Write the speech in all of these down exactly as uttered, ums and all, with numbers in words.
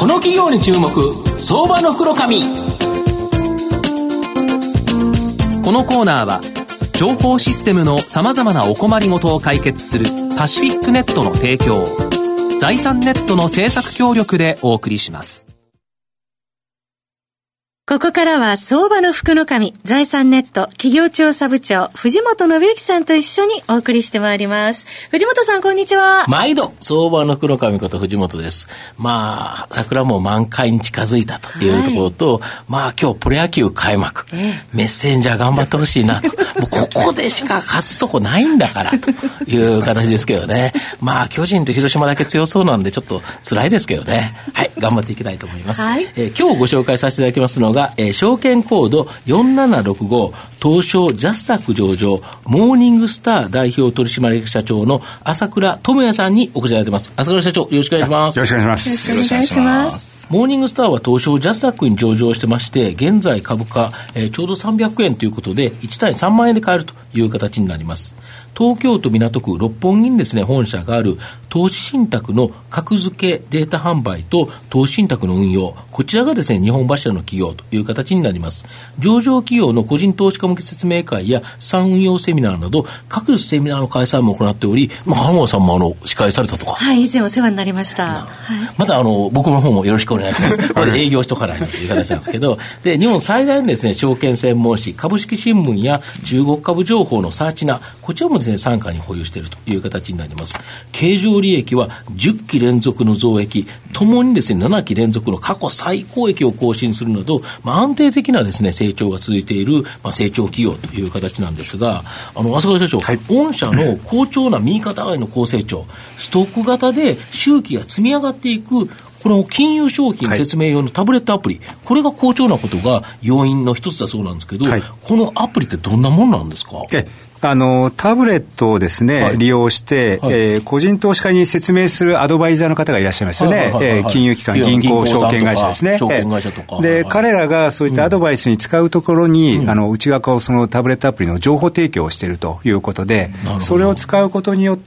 この企業に注目、相場の福の神。 このコーナーは情報システムのさまざまなお困りごとを解決するパシフィックネットの提供、財産ネットの制作協力でお送りします。 ここからは相場の福の神、財産ネット企業調査部長藤本信之さんと一緒にお送りしてまいります。藤本さん、こんにちは。 毎度相場の福の神こと藤本です。まあ桜も満開に近づいたというところと、はい、まあ今日プロ野球開幕、ええ、メッセンジャー頑張ってほしいなともうここでしか勝つとこないんだからという形ですけどね。まあ巨人と広島だけ強そうなんでちょっと辛いですけどね。はい、頑張っていきたいと思います。はい、えー、今日ご紹介させていただきますのがが、えー、証券コードよんななろくご東証ジャスタック上場モーニングスター代表取締役社長の朝倉智也さんにお越しいただいています。朝倉社長、よろしくお願いします。 よろしくお願いします。 よろしくお願いします。 モーニングスターは東証ジャスタックに上場してまして、現在株価、えー、ちょうどさんびゃくえんということでいち単位さんまんえんで買えるという形になります。東京都港区六本木にですね、本社がある投資信託の格付けデータ販売と投資信託の運用、こちらがですね、日本柱の企業という形になります。上場企業の個人投資家向け説明会や資産運用セミナーなど各種セミナーの開催も行っており、まあ、浜田さんもあの司会されたとか。 はい、以前お世話になりました。はい、 またあの僕の方もよろしくお願いします。これ営業しとかないという形なんですけど、で日本最大のですね、証券専門誌株式新聞や中国株情報のサーチナ、こちらもですね、傘下に保有しているという形になります。経常利益はじゅっき連続の増益、ともにですね、ななき連続の過去最高益を更新するなど、まあ、安定的なですね、成長が続いている、まあ、成長企業という形なんですが、あの朝倉社長、はい、御社の好調な右肩上がりの高成長、ストック型で周期が積み上がっていくこの金融商品説明用のタブレットアプリ、はい、これが好調なことが要因の一つだそうなんですけど、はい、このアプリってどんなものなんですか？ えあのタブレットをですね、はい、利用して、はい、えー、個人投資家に説明するアドバイザーの方がいらっしゃいますよね。金融機関、銀行、証券会社ですね。 証券会社とか。 で、はいはい、彼らがそういったアドバイスに使うところに、うん、あの内側をそのタブレットアプリの情報提供をしているということで、うん、それを使うことによって、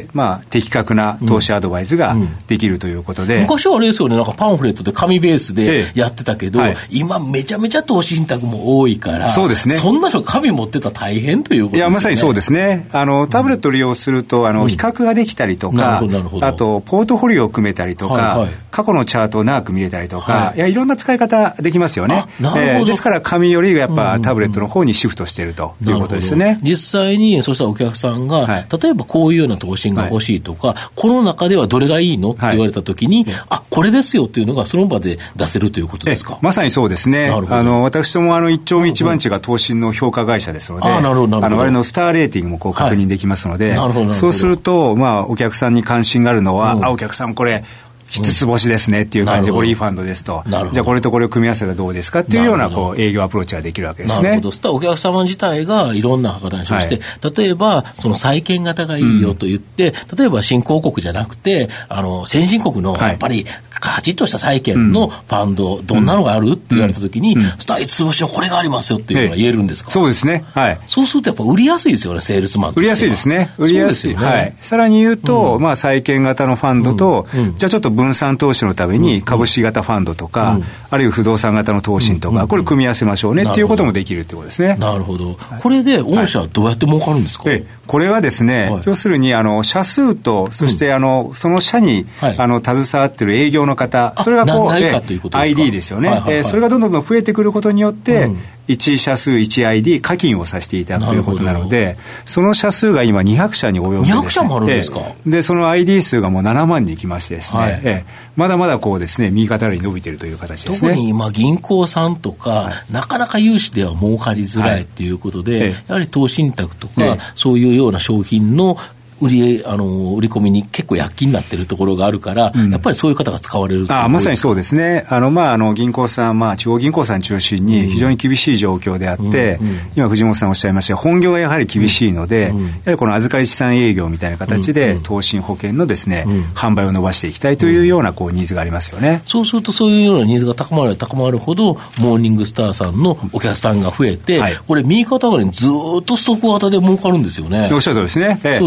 まあ、的確な投資アドバイスができるということで。 うんうん、昔はあれですよね、なんかパンフレットで紙ベースでやってたけど、ええ、はい、今めちゃめちゃ投資信託も多いから、 そうですね。 そんなの紙持ってたら大変ということですね。 いや、まさにそうですね。あのタブレットを利用するとあの、うん、比較ができたりとか、あとポートフォリオを組めたりとか、はいはい、過去のチャートを長く見れたりとか、はい、いやいろんな使い方できますよね。えー、ですから紙よりやっぱ、うんうん、タブレットの方にシフトしているということですよね。 実際にそうしたお客さんが、はい、例えばこういうような投資が欲しいとか、はい、この中ではどれがいいのって言われたときに、はい、あ、これですよっていうのがその場で出せるということですか？ まさにそうですね。あの私どもあの一丁目一番地が投資の評価会社ですので、あの我のスターレーティングもこう確認できますので、はい、そうすると、まあ、お客さんに関心があるのは、うん、あ、お客さんこれ一つ星ですねっていう感じで、これいいファンドですと、じゃあこれとこれを組み合わせたらどうですかっていうようなこう営業アプローチができるわけですね。 なるほど。そしたらお客様自体がいろんな話をして、はい、例えばその債券型がいいよと言って、うん、例えば新興国じゃなくてあの先進国のやっぱりカチッとした債券のファンド、うん、どんなのがあるって言われたときに、うん、そしたらいつ星のこれがありますよっていうのが言えるんですか？ そうですね。はい。 そうするとやっぱ売りやすいですよね、セールスマンとしては。 売りやすいですね。売りやすい。はい。さらに言うと、うん、まあ債券型のファンドと、うんうん、じゃあちょっと分散投資のために株式型ファンドとか、うん、あるいは不動産型の投信とか、うん、これ組み合わせましょうねっていうこともできるってことですね。 なるほど。これで御社はどうやって儲かるんですか？ はい、これはですね、はい、要するにあの社数とそしてあの、うん、その社に、はい、あの携わっている営業の方、それがこう、えー、アイディー ですよね、はいはいはい、えー、それがどんどんどん増えてくることによって、うん、いち社数いちアイディー 課金をさせていただくということなので、その社数が今にひゃく社に及んでですね、 にひゃく社もあるんですか？ でその アイディー 数がもうななまんに来ましてですね、はい、えまだまだこうですね、右肩上がりに伸びているという形ですね。 特に今銀行さんとか、はい、なかなか融資では儲かりづらいということで、はい、やはり投資信託とか、ええ、そういうような商品の売り、あの、売り込みに結構躍起になっているところがあるから、うん、やっぱりそういう方が使われるってことですか？ あ、まさにそうですね。あの、まあ、あの、銀行さん、まあ、地方銀行さん中心に非常に厳しい状況であって、うんうん、今、藤本さんおっしゃいましたが、本業がやはり厳しいので、うん、やはりこの預かり資産営業みたいな形で、投信保険のですね、うん、販売を伸ばしていきたいというような、こう、ニーズがありますよね。 そうすると、そういうようなニーズが高まる高まるほど、モーニングスターさんのお客さんが増えて、はい、これ、右肩上がりにずっとストック型で儲かるんですよね。 おっしゃるとおりですね。ええ、 そうですよね。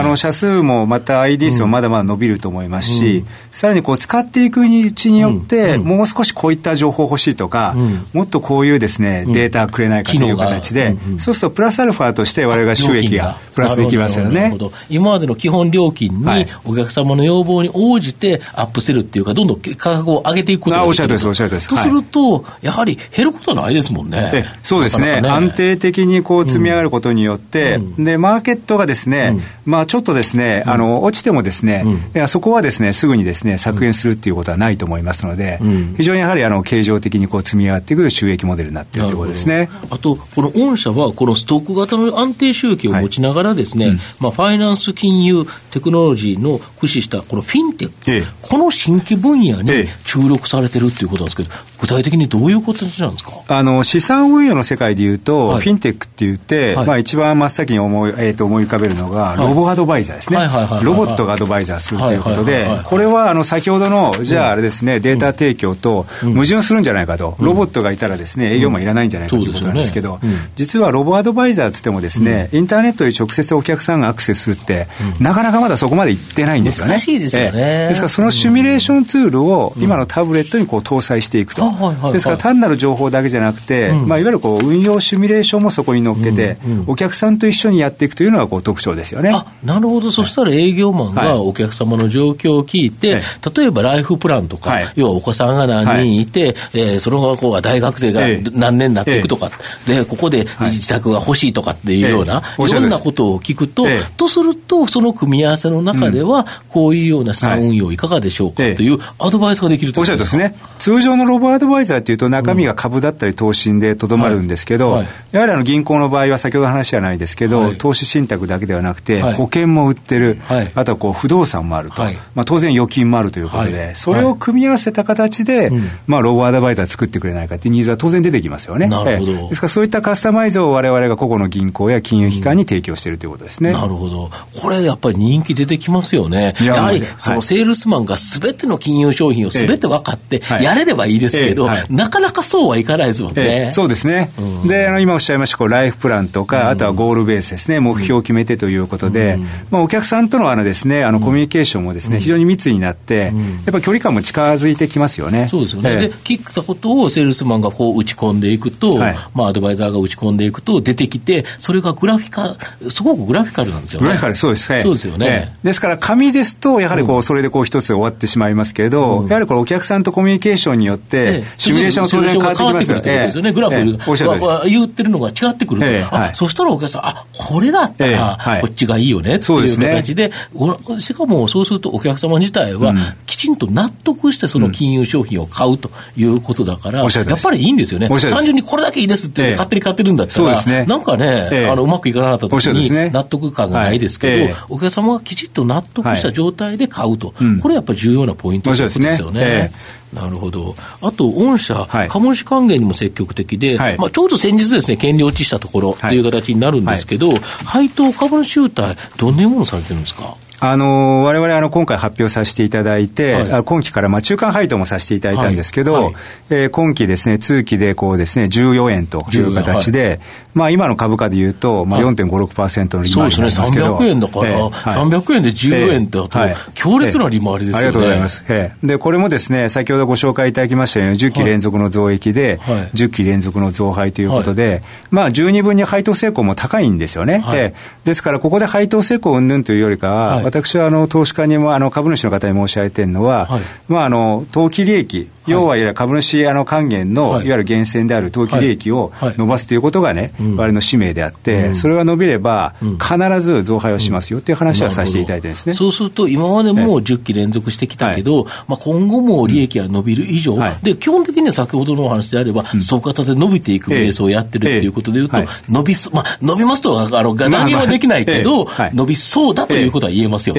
あの社数もまた アイディー 数もまだまだ伸びると思いますし、うん、さらにこう使っていくうちによって、うん、もう少しこういった情報欲しいとか、うん、もっとこういうですね、データくれないかという形で、うんうん、そうするとプラスアルファとして我々が収益がプラスできますよね。 今までの基本料金にお客様の要望に応じてアップするっていうか、どんどん価格を上げていくことができる。 おっしゃるとおりです、おっしゃるとおりです。 とすると、はい、やはり減ることはないですもんね。 えそうですね、なかなかね、安定的にこう積み上がることによって、うん、でマーケットがですね、うん、まあ、ちょっとですね、うん、あの落ちてもですね、うん、いやそこはですねすぐにですね削減するっていうことはないと思いますので、うん、非常にやはりあの形状的にこう積み上がっていく収益モデルになっているということですね。 あとこの御社はこのストック型の安定収益を持ちながらですね、はい、うん、まあ、ファイナンス金融テクノロジーの駆使したこのフィンテック、ええ、この新規分野に注力されてるっていうことなんですけど、具体的にどういうことなんですか。 あの資産運用の世界でいうと、はい、フィンテックって言って、はい、まあ、一番真っ先に思い、えー、と思い浮かべるのが、はい、ロボアドバイザーですね。ロボットがアドバイザーするということで、これはあの先ほどのじゃああれですね、うん、データ提供と矛盾するんじゃないかと、うん、ロボットがいたらですね営業マンいらないんじゃないかということなんですけど、うん、ね、うん、実はロボアドバイザーといってもですね、うん、インターネットで直接お客さんがアクセスするって、うん、なかなかまだそこまでいってないんですよね。 難しいですよね。 えー、ですからそのシミュレーションツールを今のタブレットにこう搭載していくと、うん、ですから単なる情報だけじゃなくて、うん、まあ、いわゆるこう運用シミュレーションもそこに乗っけて、うんうん、お客さんと一緒にやっていくというのがこう特徴ですよね。 あ、なるほど。そしたら営業マンがお客様の状況を聞いて、はい、例えばライフプランとか、はい、要はお子さんが何人いて、はい、えー、その子が大学生が何年になっていくとか、えー、でここで自宅が欲しいとかっていうような、えー、いろんなことを聞くと、えー、とするとその組み合わせの中では、うん、こういうような資産運用いかがでしょうか、はい、というアドバイスができるということですか。 おっしゃるとですね。通常のロボアドバイザーというと中身が株だったり投資でとどまるんですけど、はいはい、やはりあの銀行の場合は先ほどの話じゃないですけど、はい、投資信託だけではなくて、はい、保険も売ってる、はい、あとはこう不動産もあると、はい、まあ、当然預金もあるということで、はい、それを組み合わせた形で、はい、まあ、ロボアドバイザー作ってくれないかというニーズは当然出てきますよね。 なるほど。えー、ですからそういったカスタマイズを我々が個々の銀行や金融機関に提供しているということですね。 うん、なるほど。これやっぱり人気出てきますよね。や, やはりそのセールスマンがすべての金融商品をすべて分かってやれればいいですけど、えーはい、なかなかそうはいかないですもんね。 えー、そうですね。うん、であの今おっしゃいましたこうライフプランとか、うん、あとはゴールベースですね、目標を決めてということで、うん、まあ、お客さんとのあのですね、あのコミュニケーションもですね、うん、非常に密になって、うん、やっぱり距離感も近づいてきますよね。 そうですよね。えー、で聞いたことをセールスマンがこう打ち込んでいくと、はい、まあ、アドバイザーが打ち込んでいくと出てきて、それがグラフィカすごくグラフィカルなんですよね。 グラフィカル、そうです、はい、 そうですよね。 えー、ですから紙ですとやはりこう、うん、それでこう一つ終わってしまいますけど、うん、やはりこれお客さんとコミュニケーションによって、えー、シミュレーションが当然変わってきますよね。 ですよね。グラフ、えー、言ってるのが違ってくると、えーはい、あ、そしたらお客さん、あ、これだったら、えーはい、こっちがいいよねっていう形で、で、しかもそうするとお客様自体は、うん、きちんと納得してその金融商品を買うということだから、うん、やっぱりいいんですよね。単純にこれだけいいですって勝手に買ってるんだったら、えーね、なんかね、えー、あのうまくいかなかった時に納得感がないですけど、はい、えー、お客様がきちんと納得した状態で買うと、はい、これやっぱり重要なポイントということですよね。えーなるほど。あと御社、はい、株主還元にも積極的で、はい、まあ、ちょうど先日ですね権利落ちしたところという形になるんですけど、はいはい、配当株主優待どんなものをされてるんですか。 あの我々あの今回発表させていただいて、はい、今期からまあ中間配当もさせていただいたんですけど、はいはい、えー、今期ですね通期でこうですねじゅうよえんという形で、はい、まあ、今の株価でいうとまあ よんてんごろくパーセント の利回りになりますけど、 そうですね、さんびゃくえんだから、えーはい、さんびゃくえんでじゅうよえんってあと、はい、強烈な利回りですよね。えー、ありがとうございます。 えー、でこれもですね先ほどご紹介いただきましたようにじゅっき連続の増益で、はい、じゅっき連続の増配ということで、はい、まあ十二分に配当成功も高いんですよね。はい、えー、ですからここで配当成功云々というよりかは、はい、私はあの投資家にもあの株主の方に申し上げているのは、はい、まあ、あの当期利益、要はいわゆる株主あの還元の、はい、いわゆる源泉である当期利益を伸ばすということがね、はいはい、我々の使命であって、うん、それが伸びれば、うん、必ず増配をしますよという話はさせていただいてですね、うん、 そうすると今までもじゅっき連続してきたけど、はい、まあ、今後も利益が伸びる以上、うん、はい、で基本的には先ほどのお話であれば、うん、総型で伸びていくベースをやってるということでいうと、えーえーはい、伸びそ、まあ、伸びますとあの断言はできないけど、まあまあ、はい、伸びそうだということは言えますよね。えー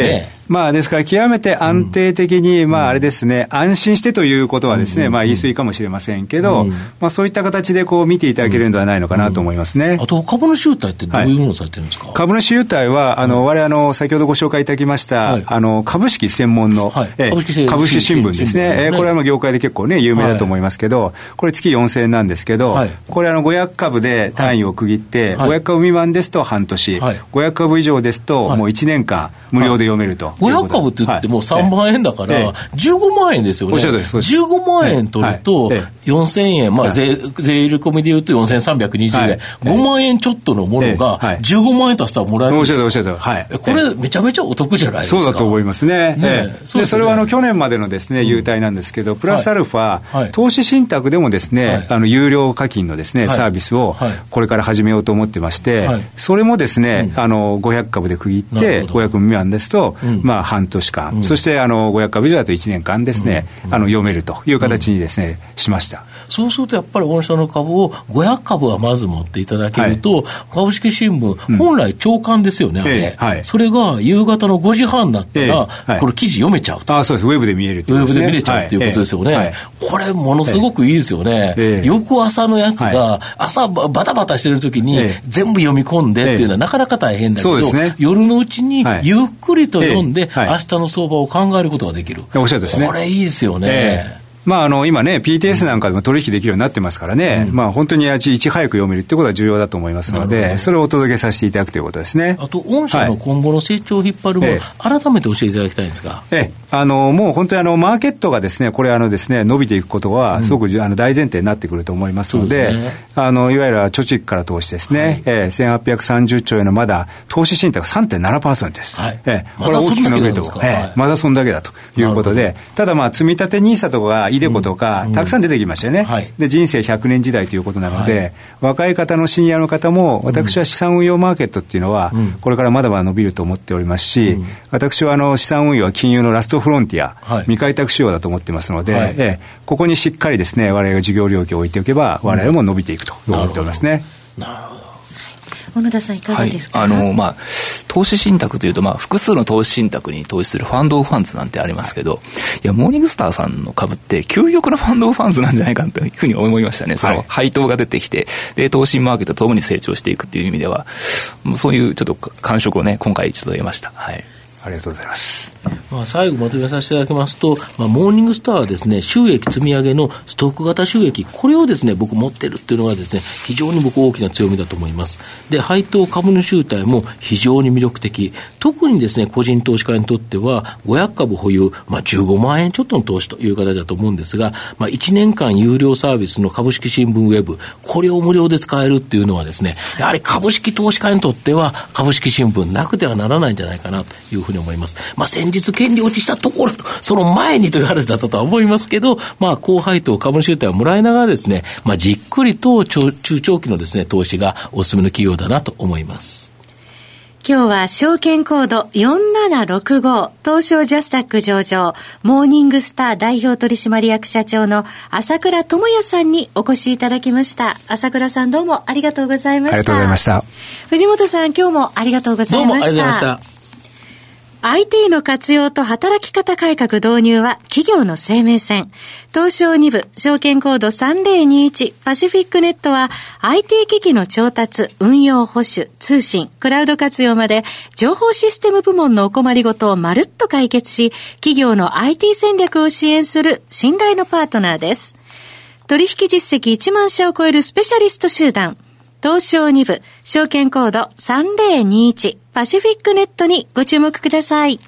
まあ、ですから極めて安定的に、うん、まああれですね、安心してということはですね、うん、まあ言い過ぎかもしれませんけど、うん、まあそういった形でこう見ていただけるのではないのかなと思いますね。うんうん、 あと株主優待ってどういうものをされてるんですか？はい、 株主優待はあの、うん、我々あの先ほどご紹介いただきました、はい、あの株式専門の、はい、え株式株式新聞ですね。ですね、これは業界で結構ね有名だと思いますけど、はい、これ月よんせんえんなんですけど、はい、これあのごひゃくかぶで単位を区切って、はい、ごひゃくかぶ未満ですと半年、はい、ごひゃくかぶ以上ですともういちねんかん無料で読めると、はい、 ごひゃくかぶって言ってもうさんまんえんだから、はい、じゅうごまんえんですよね。じゅうごまんえん取るとよんせんえん、まあ、税, 税入り込みで言うとよんせんさんびゃくにじゅうえん、はい、ごまんえんちょっとのものがじゅうごまんえん足したらもらえるんですよ。おっしゃるおっしゃる、はい、これめちゃめちゃお得じゃないですか。 そうだと思いますね。ね、ええ、 そ, でそれはあの去年までのですね優待なんですけど、プラスアルファ、はいはい、投資信託でもですね、はい、あの有料課金のですね、はい、サービスをこれから始めようと思ってまして、はい、それもですね、うん、あのごひゃくかぶで区切ってごひゃく未満ですと、うん、まあ半年間、うん、そしてあのごひゃくかぶ以上だといちねんかんですね、うん、あの読めるという形にですね、うん、しました。 そうするとやっぱり御社の株をごひゃくかぶはまず持っていただけると、はい、株式新聞、うん、本来朝刊ですよね、あれ、えーはい、それが夕方のごじはんになったら、えーはい、これ記事読めちゃうと。 あ、そうです、ウェブで見えるってことですね。 ウェブで見れちゃうっていうことですよね、はいはい、これものすごくいいですよね、えー、翌朝のやつが朝バタバタしてる時に全部読み込んでっていうのはなかなか大変だけど、えーね、夜のうちにゆっくりと読んで、はい、明日の相場を考えることができる、 おっしゃるですね。 これいいですよね、えーまあ、あの今ね ピーティーエス なんかでも取引できるようになってますからね、うん、まあ、本当にいち早く読めるってことは重要だと思いますので、それをお届けさせていただくということですね。 あと御社の今後の成長を引っ張るもの、はい、改めて教えていただきたいんですが、 ええ、あのもう本当にあのマーケットがですねこれあのですね伸びていくことはすごく、うん、あの大前提になってくると思いますの で, で、ね、あのいわゆる貯蓄から投資ですね、はい、えー、せんはっぴゃくさんじゅっちょうえんのまだ投資信託 さんてんななパーセント です、はい、えー、これは大きく伸びると、えーはい、まだそんだけだということで、ただまあ積み立てニーサとかイデコとか、うんたくさん出てきましたよね、はい、で人生ひゃくねん時代ということなので、はい、若い方のシニアの方も私は資産運用マーケットっていうのは、うん、これからまだまだ伸びると思っておりますし、うん、私はあの資産運用は金融のラストフロンティア、はい、未開拓仕様だと思ってますので、はい、えここにしっかりですね我々が事業領域を置いておけば我々も伸びていくと思っておりますね。 なるほど。小野田さんいかがですか？ はい、あのまあ、投資信託というと、まあ、複数の投資信託に投資するファンドオブファンズなんてありますけど、いやモーニングスターさんの株って究極のファンドオブファンズなんじゃないかというふうに思いましたね。その配当が出てきて、で投資マーケットとともに成長していくっていう意味では、そういうちょっと感触をね今回一度得ました。はい、 ありがとうございます。 まあ、最後まとめさせていただきますと、まあ、モーニングスターはですね、収益積み上げのストック型収益、これをですね、僕持ってるっていうのがですね、非常に僕大きな強みだと思います。で、配当株主優待も非常に魅力的。特にですね、個人投資家にとっては、ごひゃくかぶ保有、まあ、じゅうごまんえんちょっとの投資という形だと思うんですが、まあ、いちねんかん有料サービスの株式新聞ウェブ、これを無料で使えるっていうのはですね、やはり株式投資家にとっては、株式新聞なくてはならないんじゃないかなというふうに思います。まあ、先日権利落ちしたところと、その前にという話だったとは思いますけど、まあ、高配当株主優待をもらいながらですね、まあ、じっくりと中長期のですね、投資がおすすめの企業だなと思います。 今日は証券コードよんななろくご東証ジャスタック上場モーニングスター代表取締役社長の朝倉智也さんにお越しいただきました。朝倉さんどうもありがとうございました。 ありがとうございました。 藤本さん今日もありがとうございました。どうもありがとうございました。アイティー の活用と働き方改革導入は企業の生命線。東証に部証券コードさんぜろにいちパシフィックネットは アイティー 機器の調達、運用保守、通信、クラウド活用まで情報システム部門のお困りごとをまるっと解決し、企業の アイティー 戦略を支援する信頼のパートナーです。取引実績いちまんしゃを超えるスペシャリスト集団。東証に部証券コードさんぜろにいちパシフィックネットにご注目ください。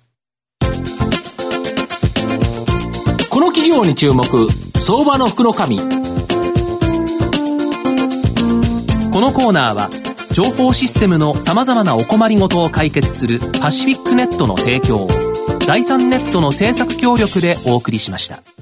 この企業に注目、相場の福の神。 このコーナーは情報システムのさまざまなお困りごとを解決するパシフィックネットの提供、財産ネットの制作協力でお送りしました。